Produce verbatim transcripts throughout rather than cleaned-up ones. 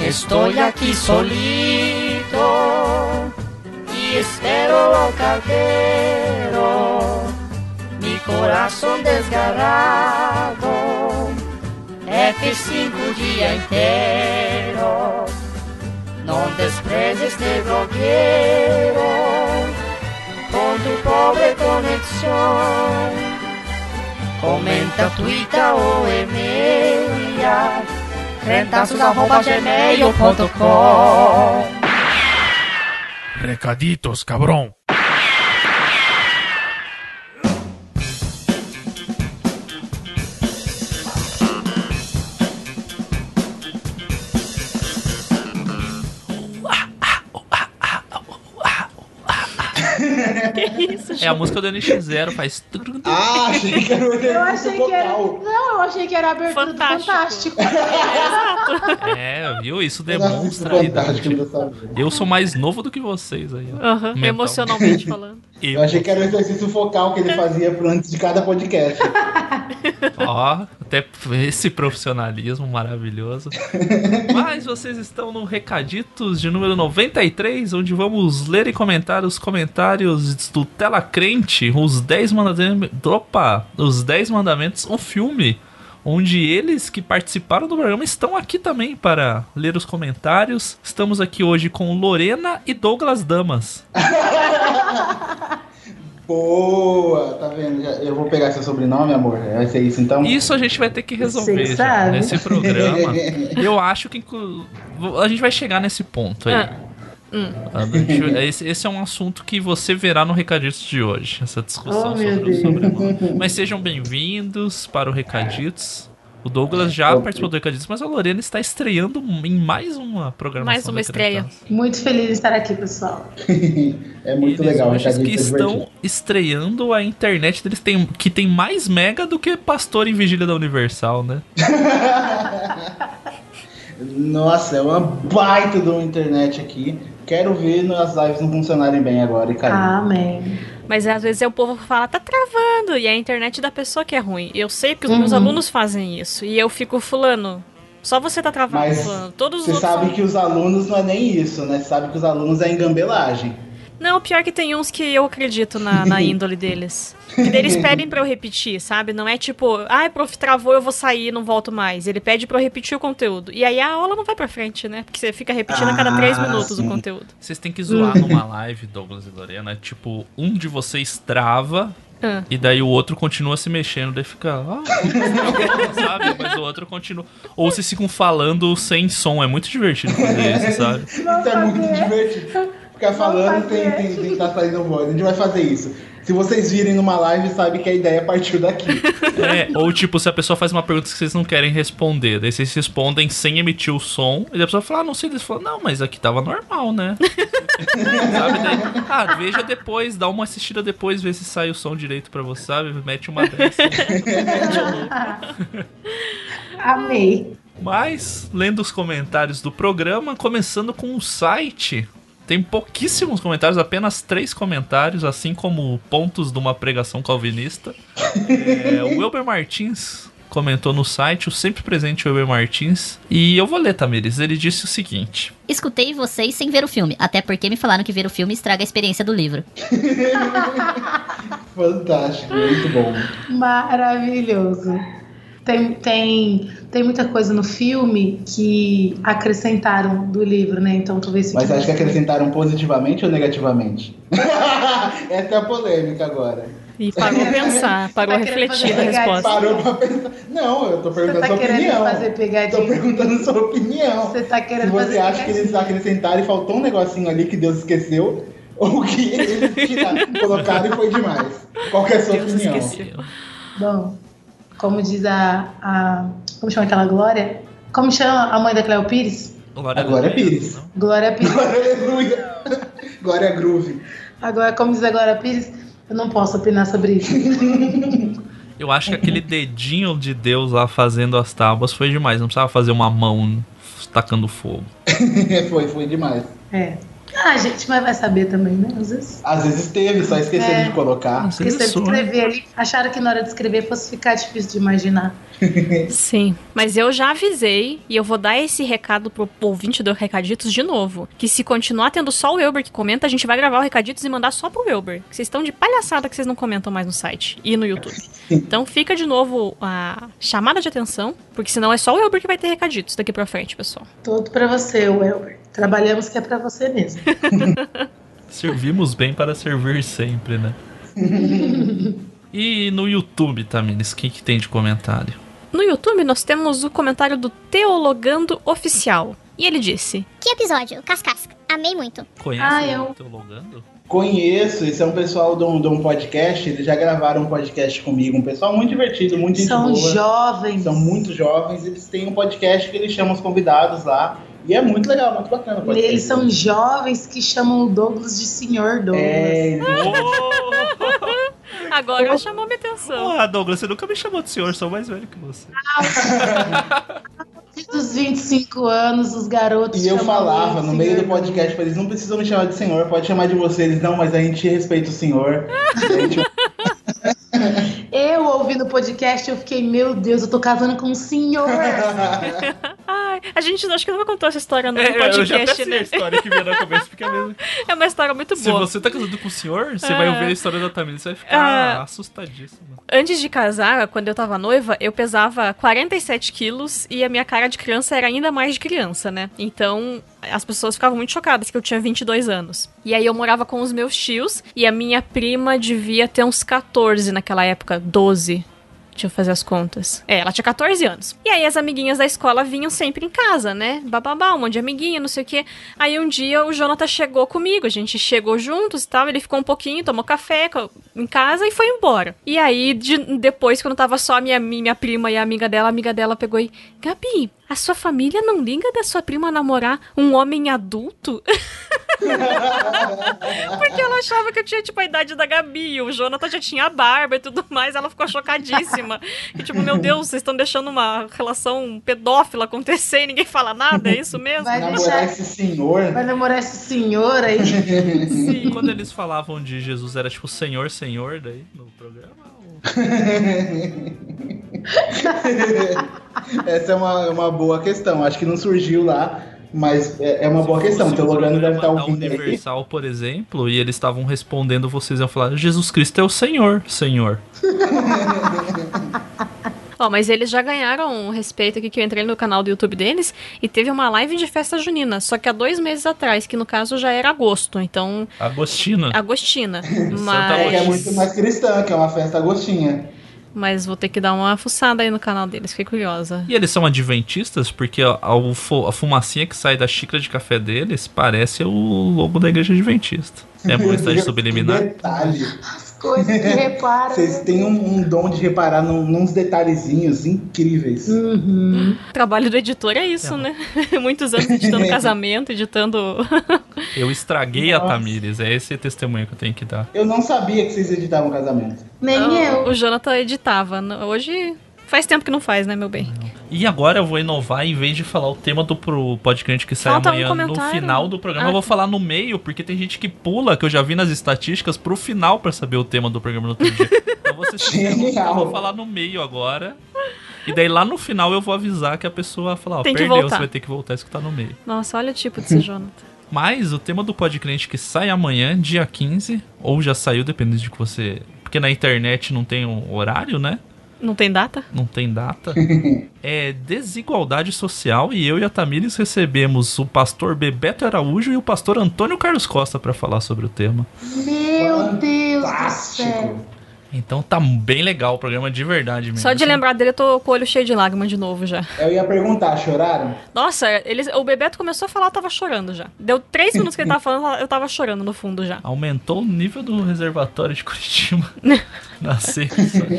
Estoy aquí solito y espero al cartero, mi corazón desgarrado, F cinco o dia inteiro. Não desprezes este blogueiro con tu pobre conexión. Comenta, tuita o e-maila crentaços arroba gmail ponto com. Recaditos, cabrão. Que isso, gente? É a música do N X Zero, faz... Ah, achei que era o Eu achei que era... Não, eu achei que era a abertura Fantástico. do Fantástico. É, viu? Isso demonstra a idade. Eu sou mais novo do que vocês aí, ó. Uhum, emocionalmente falando. Eu... eu achei que era o exercício focal que ele fazia antes de cada podcast. Ó, até esse profissionalismo maravilhoso. Mas vocês estão no Recaditos de número noventa e três, onde vamos ler e comentar os comentários do Tela Crente, os dez mandamentos. Opa! Os dez mandamentos, um filme. Onde eles que participaram do programa estão aqui também para ler os comentários. Estamos aqui hoje com Lorena e Douglas Damas. Boa, tá vendo? Eu vou pegar seu sobrenome, amor. Vai ser isso então? Isso a gente vai ter que resolver já, nesse programa. Eu acho que a gente vai chegar nesse ponto aí. Ah. Hum. Esse, esse é um assunto que você verá no Recaditos de hoje, essa discussão oh, sobre o sobrenome. Mas sejam bem-vindos para o Recaditos. O Douglas já okay. participou do Recaditos, mas a Lorena está estreando em mais uma programação. Mais uma estreia. Muito feliz de estar aqui, pessoal. É muito Eles legal. Eles que estão estreando a internet deles, tem, que tem mais mega do que pastor em Vigília da Universal, né? Nossa, é uma baita de uma internet aqui. Quero ver as lives não funcionarem bem agora, e cara. Amém. Mas às vezes é o povo que fala, tá travando, e é a internet da pessoa que é ruim. Eu sei porque os uhum. meus alunos fazem isso, e eu fico fulano, só você tá travando, mas fulano. Todos os você outros sabe são... que os alunos não é nem isso, né? Você sabe que os alunos é engambelagem. Não, pior que tem uns que eu acredito na, na índole deles. Que eles pedem pra eu repetir, sabe? Não é tipo, ai, ah, prof, travou, eu vou sair e não volto mais. Ele pede pra eu repetir o conteúdo. E aí a aula não vai pra frente, né? Porque você fica repetindo ah, a cada três minutos sim. o conteúdo. Vocês têm que zoar numa live, Douglas e Lorena. Tipo, um de vocês trava... Ah. E daí o outro continua se mexendo, daí fica, ah, sabe? Mas o outro continua. Ou vocês ficam falando sem som, é muito divertido fazer isso, sabe? Isso é muito divertido. Ficar falando tem, tem, tem que estar saindo voz. A gente vai fazer isso. Se vocês virem numa live, sabe que a ideia partiu daqui. É, ou tipo, se a pessoa faz uma pergunta que vocês não querem responder, daí vocês respondem sem emitir o som, e a pessoa fala, ah, não sei, daí você fala, não, mas aqui tava normal, né? Sabe? Daí, ah, veja depois, dá uma assistida depois, vê se sai o som direito pra você, sabe? Mete uma dessa. Amei. Mas, lendo os comentários do programa, começando com o site... Tem pouquíssimos comentários, apenas três comentários, assim como pontos de uma pregação calvinista. É, o Elber Martins comentou no site, o sempre presente Elber Martins. E eu vou ler, Tamires. Ele disse o seguinte: escutei vocês sem ver o filme, até porque me falaram que ver o filme estraga a experiência do livro. Fantástico, muito bom. Maravilhoso. Tem, tem, tem muita coisa no filme que acrescentaram do livro, né? Então talvez... Mas acho que acrescentaram positivamente ou negativamente? Essa é a polêmica agora. E parou a pensar, parou a refletir na resposta. Parou pra pensar. Não, eu tô perguntando tá sua opinião. Fazer pegadinha. Tô perguntando sua opinião. Você tá querendo Se você fazer acha pegadinha. que eles acrescentaram e faltou um negocinho ali que Deus esqueceu, ou que eles tiraram, colocaram e foi demais. Qual que é a sua Deus opinião? Esqueceu. Bom... Como diz a, a... Como chama aquela Glória? Como chama a mãe da Cleo Pires? Glória, a Glória Pires. Glória Pires. Glória Aleluia. Glória Groove. Agora, como diz a Glória Pires, eu não posso opinar sobre isso. Eu acho que aquele dedinho de Deus lá fazendo as tábuas foi demais. Não precisava fazer uma mão tacando fogo. foi, foi demais. É. Ah, gente, mas vai saber também, né? Às vezes. Às vezes teve, só esqueceram É. de colocar. Esqueceram de escrever ali. Acharam que na hora de escrever fosse ficar difícil de imaginar. Sim, mas eu já avisei e eu vou dar esse recado pro ouvinte do Recaditos de novo. Que se continuar tendo só o Elber que comenta, a gente vai gravar o Recaditos e mandar só pro Elber. Vocês estão de palhaçada que vocês não comentam mais no site e no YouTube. Então fica de novo a chamada de atenção, porque senão é só o Elber que vai ter Recaditos daqui pra frente, pessoal. Todo pra você, Elber. Trabalhamos que é pra você mesmo. Servimos bem para servir sempre, né? E no YouTube, Tamires, o que, que tem de comentário? No YouTube nós temos o comentário do Teologando Oficial. E ele disse: Que episódio, Cascasca. Amei muito. Conhece Ah, o eu- Teologando? Conheço, esse é um pessoal de um, de um podcast, eles já gravaram um podcast comigo, um pessoal muito divertido, muito gente São boa. jovens. São muito jovens, eles têm um podcast que eles chamam os convidados lá, e é muito legal, muito bacana o podcast. Eles são jovens que chamam o Douglas de Senhor Douglas. É, Agora chamou minha atenção. Ah, Douglas, você nunca me chamou de senhor, sou mais velho que você. Dos vinte e cinco anos, os garotos e eu chamam falava ele no de meio do Senhor podcast pra eles, não precisam me chamar de senhor, pode chamar de você. Eles, não, mas a gente respeita o senhor. A gente- Eu ouvi no podcast, eu fiquei, meu Deus, eu tô casando com um senhor. Ai, a gente acho que não contou essa história no É, eu já até podcast, sei a né? história que veio na cabeça, porque é mesmo. É uma história muito Se boa. você tá casando com o senhor, você É. vai ouvir a história da Tamires, você vai ficar Ah. assustadíssimo. Antes de casar, quando eu tava noiva, eu pesava quarenta e sete quilos e a minha cara de criança era ainda mais de criança, né? Então, as pessoas ficavam muito chocadas que eu tinha vinte e dois anos. E aí eu morava com os meus tios e a minha prima devia ter uns catorze naquela época, doze. Deixa eu fazer as contas. É, ela tinha catorze anos. E aí as amiguinhas da escola vinham sempre em casa, né? Bababá, um monte de amiguinha, não sei o quê. Aí um dia o Jonathan chegou comigo, a gente chegou juntos e tal, ele ficou um pouquinho, tomou café co- em casa e foi embora. E aí, de- depois, quando tava só a minha, minha prima e a amiga dela, a amiga dela pegou e... Gabi, a sua família não liga da sua prima namorar um homem adulto? Porque ela achava que eu tinha, tipo, a idade da Gabi. E o Jonathan já tinha a barba e tudo mais. Ela ficou chocadíssima. E tipo, meu Deus, vocês estão deixando uma relação pedófila acontecer e ninguém fala nada? É isso mesmo? Vai Namorar deixar- esse senhor. Vai namorar esse senhor aí. E quando eles falavam de Jesus, era tipo Senhor, Senhor, daí, no programa? ou- Essa é uma, uma boa questão. Acho que não surgiu lá, mas é, é uma boa questão. O Teologando deve estar da ouvindo aí. Universal, por exemplo, e eles estavam respondendo, vocês iam falar, Jesus Cristo é o Senhor, Senhor. Ó, mas eles já ganharam um respeito aqui que eu entrei no canal do YouTube deles e teve uma live de festa junina, só que há dois meses atrás, que no caso já era agosto, então... Agostina. Agostina. É que é Mas... muito mais cristã, que é uma festa agostinha. Mas vou ter que dar uma fuçada aí no canal deles, fiquei curiosa. E eles são adventistas, porque a, a fu- a fumacinha que sai da xícara de café deles parece o logo da igreja adventista. É uma mensagem subliminar. Detalhe. Coisa que repara. Vocês têm um, um dom de reparar num, nos detalhezinhos incríveis. Uhum. O trabalho do editor é isso, né? Muitos anos editando casamento, editando... Eu estraguei a Nossa. Tamires, é esse testemunho que eu tenho que dar. Eu não sabia que vocês editavam casamento. Nem eu. O Jonathan editava. Hoje faz tempo que não faz, né, meu bem? E agora eu vou inovar, em vez de falar o tema do pro podcast que sai Falta um amanhã no comentário. final do programa, Ah, eu vou tá. falar no meio, porque tem gente que pula, que eu já vi nas estatísticas, pro final pra saber o tema do programa no outro dia. Então vocês Genial. eu vou falar no meio agora. E daí lá no final eu vou avisar que a pessoa vai falar, ó, Tem que perdeu, voltar. você vai ter que voltar a escutar no meio. Nossa, olha o tipo desse Jonathan. Mas o tema do podcast que sai amanhã, dia quinze, ou já saiu, dependendo de que você... Porque na internet não tem um horário, né? Não tem data? Não tem data. É desigualdade social, e eu e a Tamires recebemos o pastor Bebeto Araújo e o pastor Antônio Carlos Costa para falar sobre o tema. Meu Deus do Fantástico. céu. Então tá bem legal o programa, de verdade mesmo. Só de lembrar dele, eu tô com o olho cheio de lágrimas de novo já. Eu ia perguntar, choraram? Nossa, eles, o Bebeto começou a falar, eu tava chorando já. Deu três minutos que ele tava falando, eu tava chorando no fundo já. Aumentou o nível do reservatório de Curitiba. Nascer.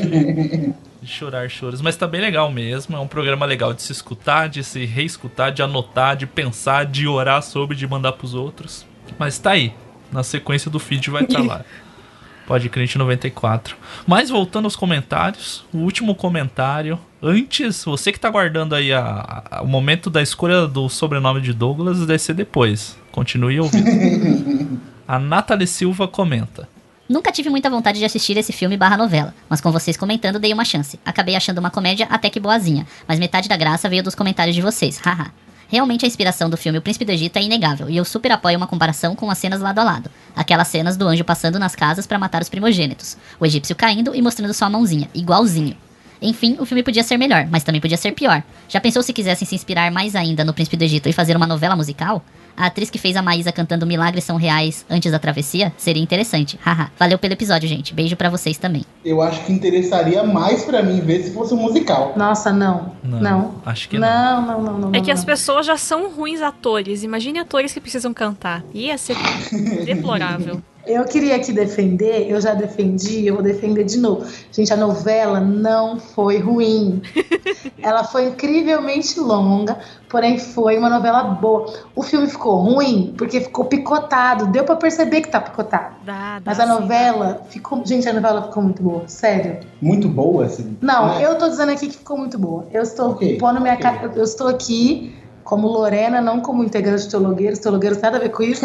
De chorar choros. Mas tá bem legal mesmo. É um programa legal de se escutar, de se reescutar, de anotar, de pensar, de orar sobre, de mandar pros outros. Mas tá aí. Na sequência do feed vai estar lá. Pode Crente noventa e quatro. Mas voltando aos comentários, o último comentário. Antes, você que tá guardando aí a, a- o momento da escolha do sobrenome de Douglas, deve ser depois. Continue ouvindo. A Nathalie Silva comenta. Nunca tive muita vontade de assistir esse filme barra novela, mas com vocês comentando dei uma chance. Acabei achando uma comédia até que boazinha, mas metade da graça veio dos comentários de vocês, haha. Realmente a inspiração do filme O Príncipe do Egito é inegável, e eu super apoio uma comparação com as cenas lado a lado. Aquelas cenas do anjo passando nas casas pra matar os primogênitos, o egípcio caindo e mostrando sua mãozinha, igualzinho. Enfim, o filme podia ser melhor, mas também podia ser pior. Já pensou se quisessem se inspirar mais ainda no Príncipe do Egito e fazer uma novela musical? A atriz que fez a Maísa cantando Milagres São Reais antes da travessia? Seria interessante. Haha. Valeu pelo episódio, gente. Beijo pra vocês também. Eu acho que interessaria mais pra mim ver se fosse um musical. Nossa, não. Não, Não. acho que não. Não, não, não, não. É que não, as não. pessoas já são ruins atores. Imagine atores que precisam cantar. Ia ser deplorável. Eu queria aqui defender, eu já defendi, eu vou defender de novo. Gente, a novela não foi ruim. Ela foi incrivelmente longa, porém foi uma novela boa. O filme ficou ruim porque ficou picotado, deu pra perceber que tá picotado. Dá, dá Mas a sim. novela ficou... Gente, a novela ficou muito boa, sério. Muito boa, assim. Não, né? eu tô dizendo aqui que ficou muito boa. Eu estou Ok, pondo minha ok. cara... Eu estou aqui como Lorena, não como integrante de Teologueiros. Teologueiros nada a ver com isso.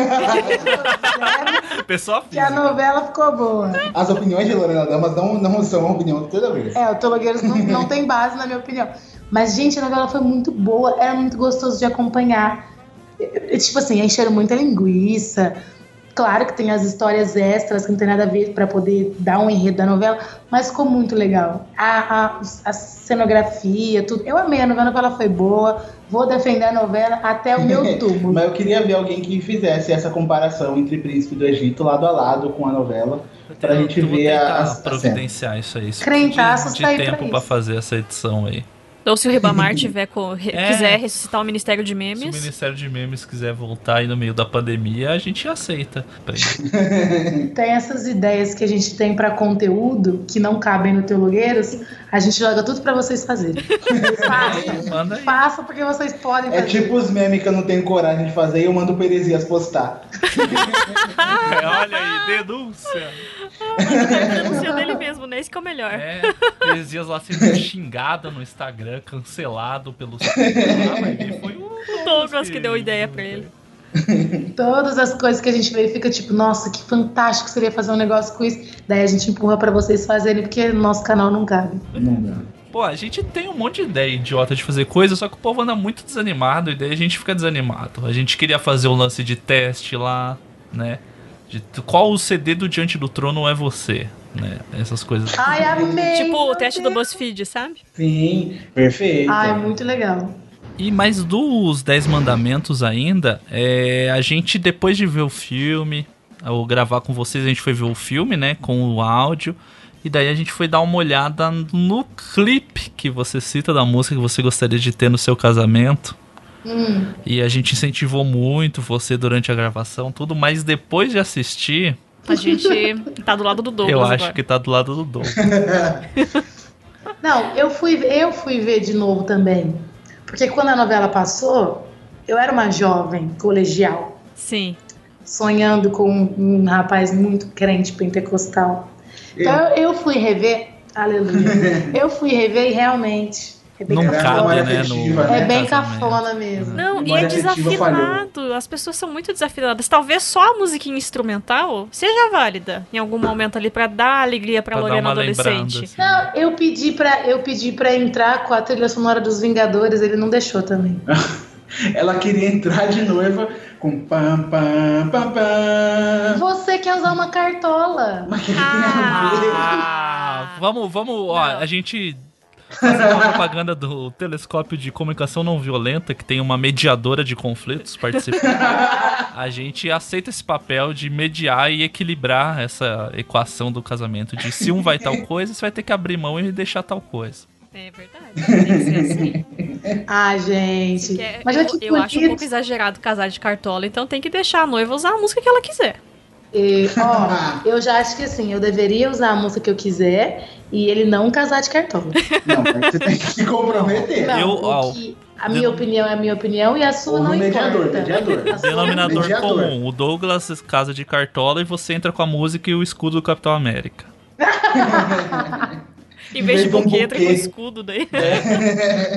Pessoa Que a física. novela ficou boa. As opiniões de Lorena Damas não, não são a opinião de toda vez. É, o Teologueiros não, não tem base, na minha opinião. Mas, gente, a novela foi muito boa, era muito gostoso de acompanhar. E, tipo assim, encheram muita linguiça. Claro que tem as histórias extras que não tem nada a ver pra poder dar um enredo da novela, mas ficou muito legal. A, a, a cenografia, tudo. Eu amei a novela, a novela foi boa. Vou defender a novela até o meu túmulo. Mas eu queria ver alguém que fizesse essa comparação entre Príncipe do Egito lado a lado com a novela, pra Eu gente vou ver tentar a, a, a cena. providenciar isso aí. Isso Crentaços de, tá aí de pra tempo pra isso. fazer essa edição aí. Ou se o Ribamar tiver co- re- É. quiser ressuscitar o Ministério de Se o Memes. Ministério de Memes quiser voltar aí no meio da pandemia, a gente aceita. Tem essas ideias que a gente tem pra conteúdo que não cabem no Teologueiros, a gente joga tudo pra vocês fazerem. Façam. Manda aí. Façam porque vocês podem É fazer. tipo os memes que eu não tenho coragem de fazer e eu mando o Peresias postar. É, olha aí, denúncia. Denúncia dele mesmo, né? Esse que é o melhor. É, esses dias lá sendo xingada no Instagram, cancelado pelos. Ah, mas ele foi o O Douglas que deu ideia pra ele. Todas as coisas que a gente vê fica tipo, nossa, que fantástico seria fazer um negócio com isso. Daí a gente empurra pra vocês fazerem porque no nosso canal não cabe. Não dá. Pô, a gente tem um monte de ideia idiota de fazer coisa, só que o povo anda muito desanimado e daí a gente fica desanimado. A gente queria fazer um lance de teste lá, né? De qual o C D do Diante do Trono é você, né? Essas coisas. Ai, amei! Tipo o meu teste do Deus. BuzzFeed, sabe? Sim, perfeito. Ai, muito legal. E mais dos Dez Mandamentos ainda, é, a gente depois de ver o filme, ao gravar com vocês, a gente foi ver o filme, né, com o áudio, e daí a gente foi dar uma olhada no clipe que você cita da música que você gostaria de ter no seu casamento. Hum. E a gente incentivou muito você durante a gravação, tudo, mas depois de assistir, A gente tá do lado do Douglas eu acho agora. que tá do lado do Douglas. Não, eu fui, eu fui ver de novo também. Porque quando a novela passou, eu era uma jovem colegial, Sim. sonhando com um rapaz muito crente pentecostal. Então eu, eu fui rever, aleluia. Eu fui rever e realmente é bem Não Era cafona. cabe, memória né? afetiva, No, né? É bem casamento. cafona mesmo. Não, e é Memória afetiva desafinado. As pessoas são muito desafinadas. Talvez só a musiquinha instrumental seja válida em algum momento ali pra dar alegria pra, Pra dar Lorena uma lembrada, adolescente. assim. Não, eu pedi pra, eu pedi pra entrar com a trilha sonora dos Vingadores, ele não deixou também. Ela queria entrar de noiva com pam, pam, pam, pam. Você quer usar uma cartola? Mas o que que tem a ver? Ah, vamos, vamos, ó, a gente fazer uma propaganda do Telescópio de Comunicação Não Violenta, que tem uma mediadora de conflitos participando. A gente aceita esse papel de mediar e equilibrar essa equação do casamento, de se um vai tal coisa, você vai ter que abrir mão e deixar tal coisa. É verdade. Tem que ser assim. Ah, gente. Que é- Mas eu é que eu acho um pouco bonito. exagerado casar de cartola, então tem que deixar a noiva usar a música que ela quiser. E, ó, eu já acho que assim, eu deveria usar a música que eu quiser e ele não casar de cartola. Não, mas você tem que se comprometer. Não, Eu, o ó, que- a minha opinião é a minha opinião e a sua Ou não no mediador, importa. mediador. A sua- Denominador Mediador. comum. O Douglas casa de cartola e você entra com a música e o escudo do Capitão América. Em vez de de um buquê, entra com buquê. escudo daí. É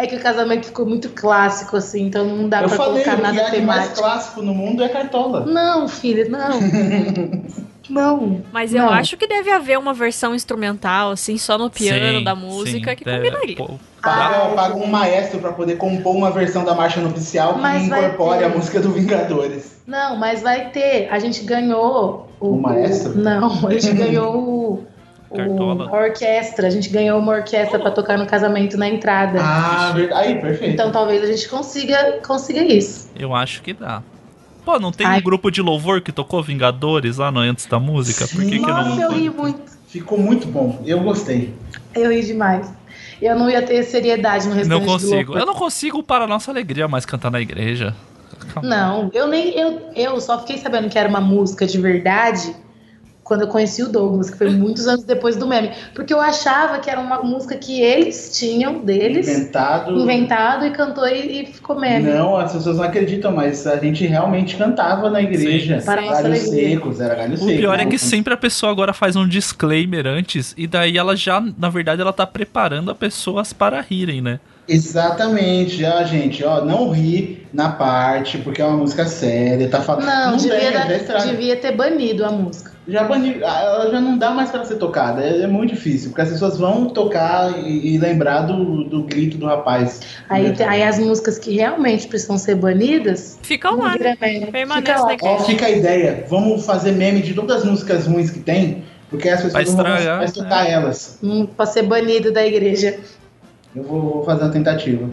É que o casamento ficou muito clássico, assim, então não dá Eu pra falei, colocar o nada viagem mais temático. clássico no mundo é Cartola. Não, filha, não. Não. Mas eu não. acho que deve haver uma versão instrumental, assim, só no piano Sim, da música, sim, que deve- combinaria. pô, Paga, paga um maestro pra poder compor uma versão da marcha nupcial que Mas vai incorpore ter. a música do Vingadores. Não, mas vai ter. A gente ganhou o. O maestro? Não, a gente ganhou o. o- Cartola. a orquestra. A gente ganhou uma orquestra pra tocar no casamento na entrada. Ah, verdade. Aí, perfeito. Então talvez a gente consiga, consiga isso. Eu acho que dá. Pô, não tem Ai. um grupo de louvor que tocou Vingadores lá no antes da música? Por que, que Nossa, não eu pode ri ter? muito. Ficou muito bom. Eu gostei. Eu ri demais. Eu não ia ter seriedade no restante Não do consigo. louvor. Eu não consigo, para a nossa alegria, mais cantar na igreja. Calma. Não, eu nem. Eu, eu só fiquei sabendo que era uma música de verdade quando eu conheci o Douglas, que foi muitos anos depois do meme. Porque eu achava que era uma música que eles tinham, deles, Inventado. inventado e cantou e, e ficou meme. Não, as pessoas não acreditam, mas a gente realmente cantava na igreja. Sim. Para nossa Galhos alegria. secos, era galho O seco. pior é né? que sempre a pessoa agora faz um disclaimer antes, e daí ela já, na verdade, ela tá preparando as pessoas para rirem, né? Exatamente, ó, gente, ó, não ri na parte, porque é uma música séria, tá falando. Não, devia, tem, dar- já estraga. devia ter banido a música. Já bani... Ela já não dá mais pra ser tocada, é, é muito difícil, porque as pessoas vão tocar e, e lembrar do, do grito do rapaz. Aí, Né? te- aí as músicas que realmente precisam ser banidas. Ficam lá, vira né? meme. Permanece Fica lá. na igreja. Ó, fica a ideia, vamos fazer meme de todas as músicas ruins que tem, porque as pessoas Vai não vão estragar, mais tocar elas. Hum, pra ser banido da igreja. Eu vou, vou fazer uma tentativa.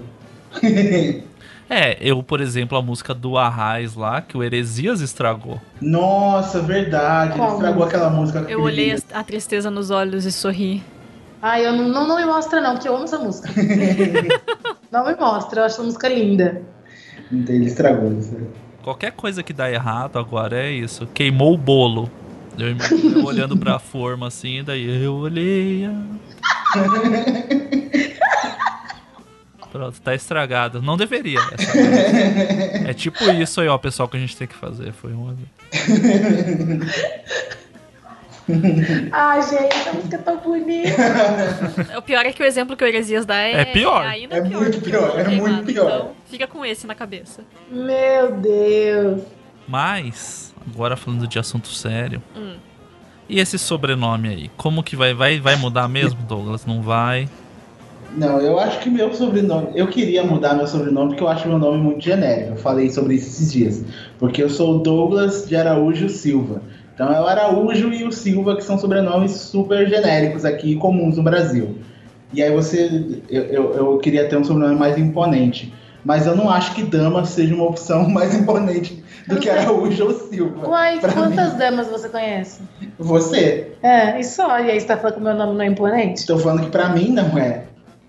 É, eu, por exemplo, a música do Arraiz lá, que o Heresias estragou. Nossa, verdade, Qual ele estragou música? aquela música. Eu olhei a, a tristeza nos olhos e sorri. Ai, eu não, não, não me mostra não, porque eu amo essa música. Não me mostra, eu acho essa música linda. Ele estragou, ele estragou. Qualquer coisa que dá errado agora é isso. Queimou o bolo. Eu, eu olhando pra forma assim, daí eu olhei. a- Pronto, tá estragado. Não deveria. Essa coisa. É tipo isso aí, ó, pessoal, que a gente tem que fazer. Foi um. Ai, gente, essa música é tão bonita. O pior é que o exemplo que o Heresias dá é, É pior. ainda É pior. muito do que pior, o é queimado. muito pior. Então, fica com esse na cabeça. Meu Deus. Mas, agora falando de assunto sério. Hum. E esse sobrenome aí? Como que vai? Vai, vai mudar mesmo, Douglas? Não vai? Não, eu acho que meu sobrenome. Eu queria mudar meu sobrenome porque eu acho meu nome muito genérico. Eu falei sobre isso esses dias. Porque eu sou o Douglas de Araújo Silva. Então é o Araújo e o Silva, que são sobrenomes super genéricos aqui, comuns no Brasil. E aí você. Eu, eu, eu queria ter um sobrenome mais imponente. Mas eu não acho que Dama seja uma opção mais imponente do que Araújo ou Silva. Uai, Pra quantas mim. damas você conhece? Você. É, e só. E aí você tá falando que o meu nome não é imponente? Estou falando que pra mim não é.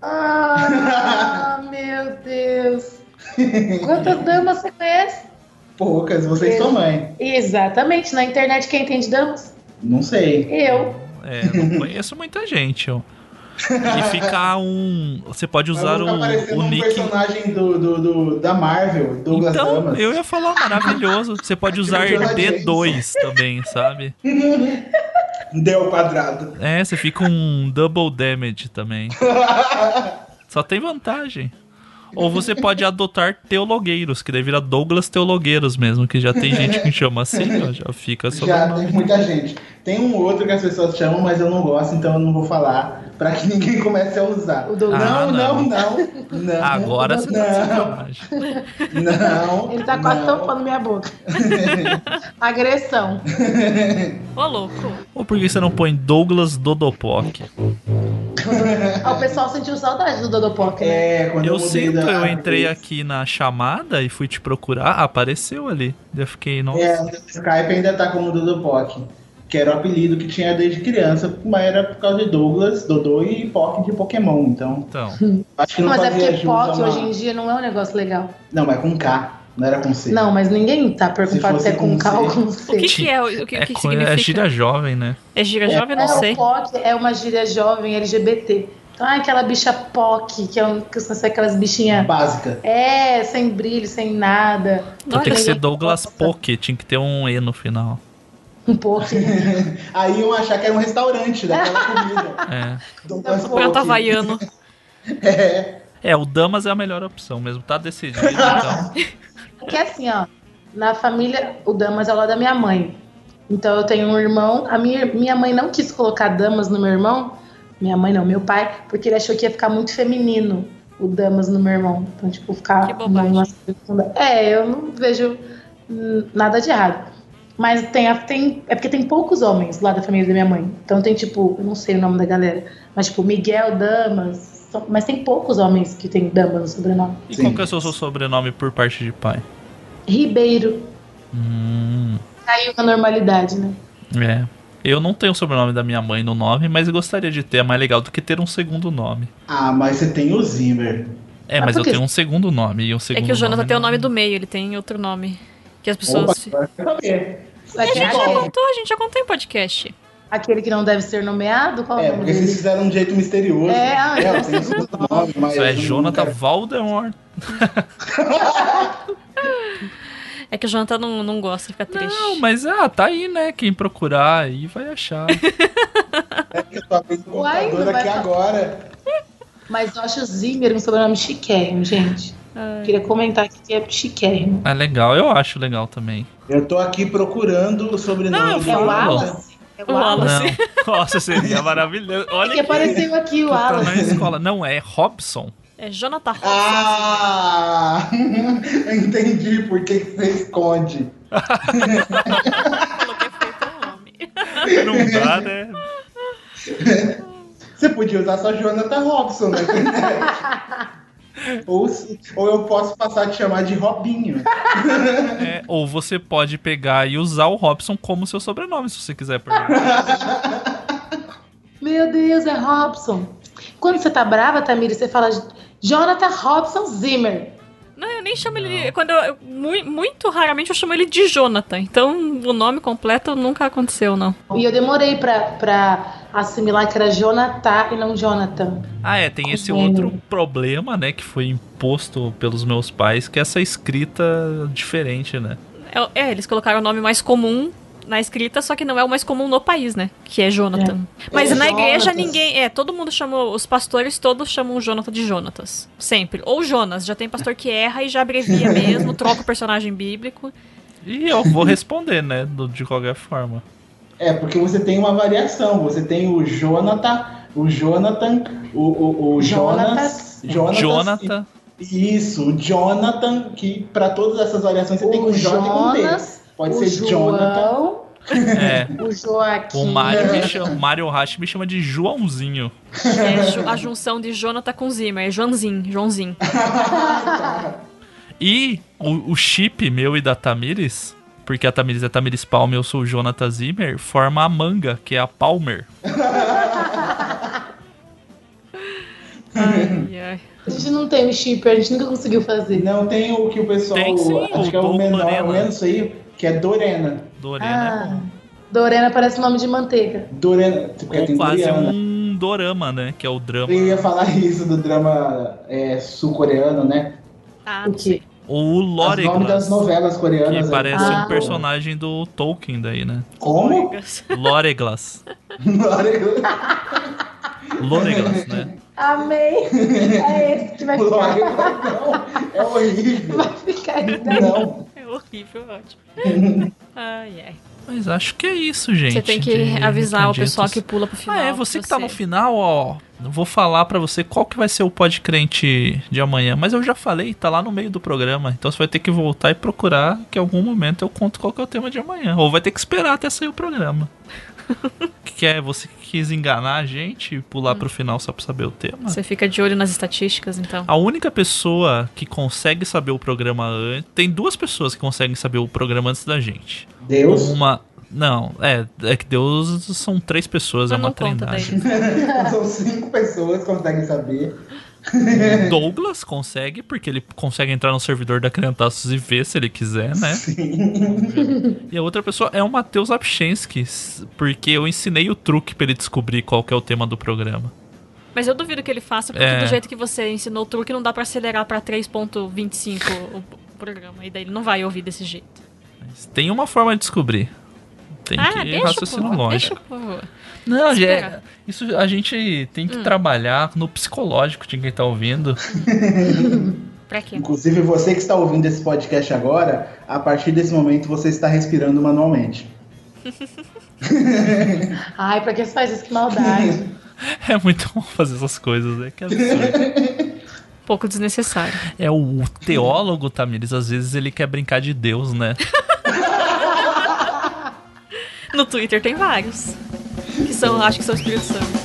Ah, meu Deus. Quantas damas você conhece? Poucas, você e sua mãe. Exatamente, na internet quem entende damas? Não sei. Eu. É, eu não conheço muita gente, ó. E ficar um. Você pode usar eu vou o, ficar parecendo o um nick. personagem do, do, do- da Marvel, Douglas Então, Damas. eu ia falar maravilhoso. Você pode usar Jonah D dois também, sabe? Deu quadrado. É, você fica um double damage também. Só tem vantagem. Ou você pode adotar teologueiros, que daí vira Douglas Teologueiros mesmo, que já tem gente que chama assim, ó, já fica Já sobrenome. tem muita gente. Tem um outro que as pessoas chamam, mas eu não gosto, então eu não vou falar pra que ninguém comece a usar. O Douglas. Ah, não, não. não, não, não. Agora você tá de não, sacanagem. não. Ele tá quase não. tampando minha boca. Agressão. Ô, louco. Ou por que você não põe Douglas Dodopoc? Ah, o pessoal sentiu saudade do Dodopoc, né? É, quando eu, Eu mudei sinto, da- eu entrei aqui na chamada e fui te procurar, apareceu ali. Eu fiquei, nossa. É, o Skype ainda tá como Dodopoc, que era o apelido que tinha desde criança, mas era por causa de Douglas, Dodô e Poc de Pokémon, então Então, acho que não Mas é fazia porque jus a P O C uma- hoje em dia não é um negócio legal. Não, mas com K, não era com C. Não, mas ninguém tá preocupado Se se é fosse com com K ou C. com O C. que, que é? O que, é, que co- significa? é gíria jovem, né? É gira jovem? Eu não É, sei. o P O C é uma gíria jovem L G B T. Então, ah, aquela bicha P O C, que, é um, que são aquelas bichinhas. Básica. É, sem brilho, sem nada. Então tem que Olha, ser Douglas Nossa. Poke, tinha que ter um E no final. Um pouco. Aí iam achar que era um restaurante daquela comida. É. Douglas Tá Prato Poc. havaiano. É. É, o Damas é a melhor opção mesmo, tá decidido, então. Porque assim, ó, na família, o Damas é o lado da minha mãe. Então eu tenho um irmão, a minha, minha mãe não quis colocar Damas no meu irmão, minha mãe não, meu pai, porque ele achou que ia ficar muito feminino o Damas no meu irmão. Então, tipo, ficar... Que bobagem. Numa... É, eu não vejo nada de errado. Mas tem, tem, é porque tem poucos homens lá da família da minha mãe. Então tem, tipo, eu não sei o nome da galera, mas tipo, Miguel Damas. Mas tem poucos homens que tem Damas no sobrenome. E Sim. qual que é o seu sobrenome por parte de pai? Ribeiro. Hum, Caiu na normalidade, né? é. Eu não tenho o sobrenome da minha mãe no nome, mas eu gostaria de ter. É mais legal do que ter um segundo nome. Ah, mas você tem o Zimmer. É, Mas mas por eu quê? tenho um segundo nome. E um É segundo que o Jonathan nome tem o não- nome do meio, ele tem outro nome. Que as Opa, pessoas. agora eu quero saber. Vai A ter gente já aquele, contou, a gente já contou em podcast. aquele que não deve ser nomeado? Qual é É, o nome porque vocês dele? fizeram um jeito misterioso. É, ah, é é. eu tenho o segundo nome, mas... Isso é eu não Jonathan quero- Voldemort. É que o Jonathan não, não gosta, fica triste. Não, mas ah, tá aí, né? Quem procurar aí vai achar. É que eu tô abrindo o Uai, computador não vai aqui fa- agora. Mas eu acho o Zimmer um sobrenome chiquérrimo, gente. Ai. Queria comentar aqui que é chiquérrimo. É legal, eu acho legal também. Eu tô aqui procurando o sobrenome Não, eu do É o falo. Wallace? É o O Wallace? Wallace. Não. Nossa, seria maravilhoso. É Olha que apareceu aqui o tu tá na Wallace. escola. Não, é Robson. É Jonathan Robson. Ah! Entendi por que que você esconde. Coloquei feito o nome. Não dá, né? Você podia usar só Jonathan Robson na internet. ou, se- ou eu posso passar a te chamar de Robinho. É, ou você pode pegar e usar o Robson como seu sobrenome, se você quiser. perguntar. Meu Deus, é Robson. Quando você tá brava, Tamiri, você fala Jonathan Robson Zimmer. Não, eu nem chamo ele. Quando eu, mui- muito raramente eu chamo ele de Jonathan. Então o nome completo nunca aconteceu, não. E eu demorei pra, pra assimilar que era Jonathan e não Jonathan. Ah, é, tem esse Gênio. outro problema, né, que foi imposto pelos meus pais, que é essa escrita diferente, né? É, é, eles colocaram o nome mais comum na escrita, só que não é o mais comum no país, né? Que é Jonathan. Mas É, na igreja Jonatas. ninguém. É, todo mundo chamou. Os pastores todos chamam o Jonathan de Jonatas. Sempre. Ou Jonas. Já tem pastor que erra e já abrevia mesmo, troca o personagem bíblico. E eu vou responder, né, do- de qualquer forma. É, porque você tem uma variação. Você tem o Jonathan, o Jonathan, o, o, o Jonas, Jonatas. Jonathan. Isso, o Jonathan, que para todas essas variações você tem com O J e com T. Jonas, Pode o ser Jonathan. João, É. o Joaquim. O Mario, me chama, Mario Hash me chama de Joãozinho. É ju- a junção de Jonathan com Zimmer. É Joãozinho. Joãozinho. E o, o chip meu e da Tamires, porque a Tamires é Tamires Palmer e eu sou o Jonathan Zimmer, forma a manga, que é a Palmer. Ai, ai. A gente não tem o chip, a gente nunca conseguiu fazer. Não tem o que o pessoal. Tem sim, acho o que é o Dom menor, Lorena. o menos aí, que é Dorena. Dorena é Ah, bom. Dorena parece nome de manteiga. Dorena. Porque Ou tem quase Doriana. um dorama, né? Que é o drama. Eu ia falar isso do drama é, sul-coreano, né? Ah, O não sei. quê? Ou o Os nomes Loreglas, das novelas coreanas. que aí. parece Ah. um personagem do Tolkien daí, né? Como? Loreglas. Loreglas, né? Amei. É esse que vai ficar. Não, é horrível. Vai ficar aí daí. Não. É horrível, ótimo. Ai, ai. Mas acho que é isso, gente. Você tem que de avisar o recaditos. pessoal que pula pro final. Ah, é, você que tá no final, ó. Eu vou falar pra você qual que vai ser o Podcrente de amanhã. Mas eu já falei, tá lá no meio do programa. Então você vai ter que voltar e procurar, que em algum momento eu conto qual que é o tema de amanhã. Ou vai ter que esperar até sair o programa. Que é você que quis enganar a gente e pular pro final só pra saber o tema? Você fica de olho nas estatísticas, então. A única pessoa que consegue saber o programa antes. Tem duas pessoas que conseguem saber o programa antes da gente. Deus. Uma. Não, é, é que Deus são três pessoas, Mas é uma não conta trindade. daí. São cinco pessoas que conseguem saber. O Douglas consegue, porque ele consegue entrar no servidor da Criantaços e ver se ele quiser, né? E a outra pessoa é o Matheus Apchensky, porque eu ensinei o truque pra ele descobrir qual que é o tema do programa. Mas eu duvido que ele faça, porque É. do jeito que você ensinou o truque, não dá pra acelerar pra três ponto vinte e cinco o programa. E daí ele não vai ouvir desse jeito. Mas tem uma forma de descobrir. Tem ah, que deixa raciocinar o povo, lógico. deixa o povo. Não, já é- Esperar. isso a gente tem que Hum. trabalhar no psicológico de quem tá ouvindo. Pra quê? Inclusive, você que está ouvindo esse podcast agora, a partir desse momento você está respirando manualmente. Ai, pra que você faz isso? Que maldade. É muito bom fazer essas coisas, né? Que absurdo. Um pouco desnecessário. É o teólogo, Tamires, às vezes ele quer brincar de Deus, né? No Twitter tem vários. Que são, acho que são Espírito Santo.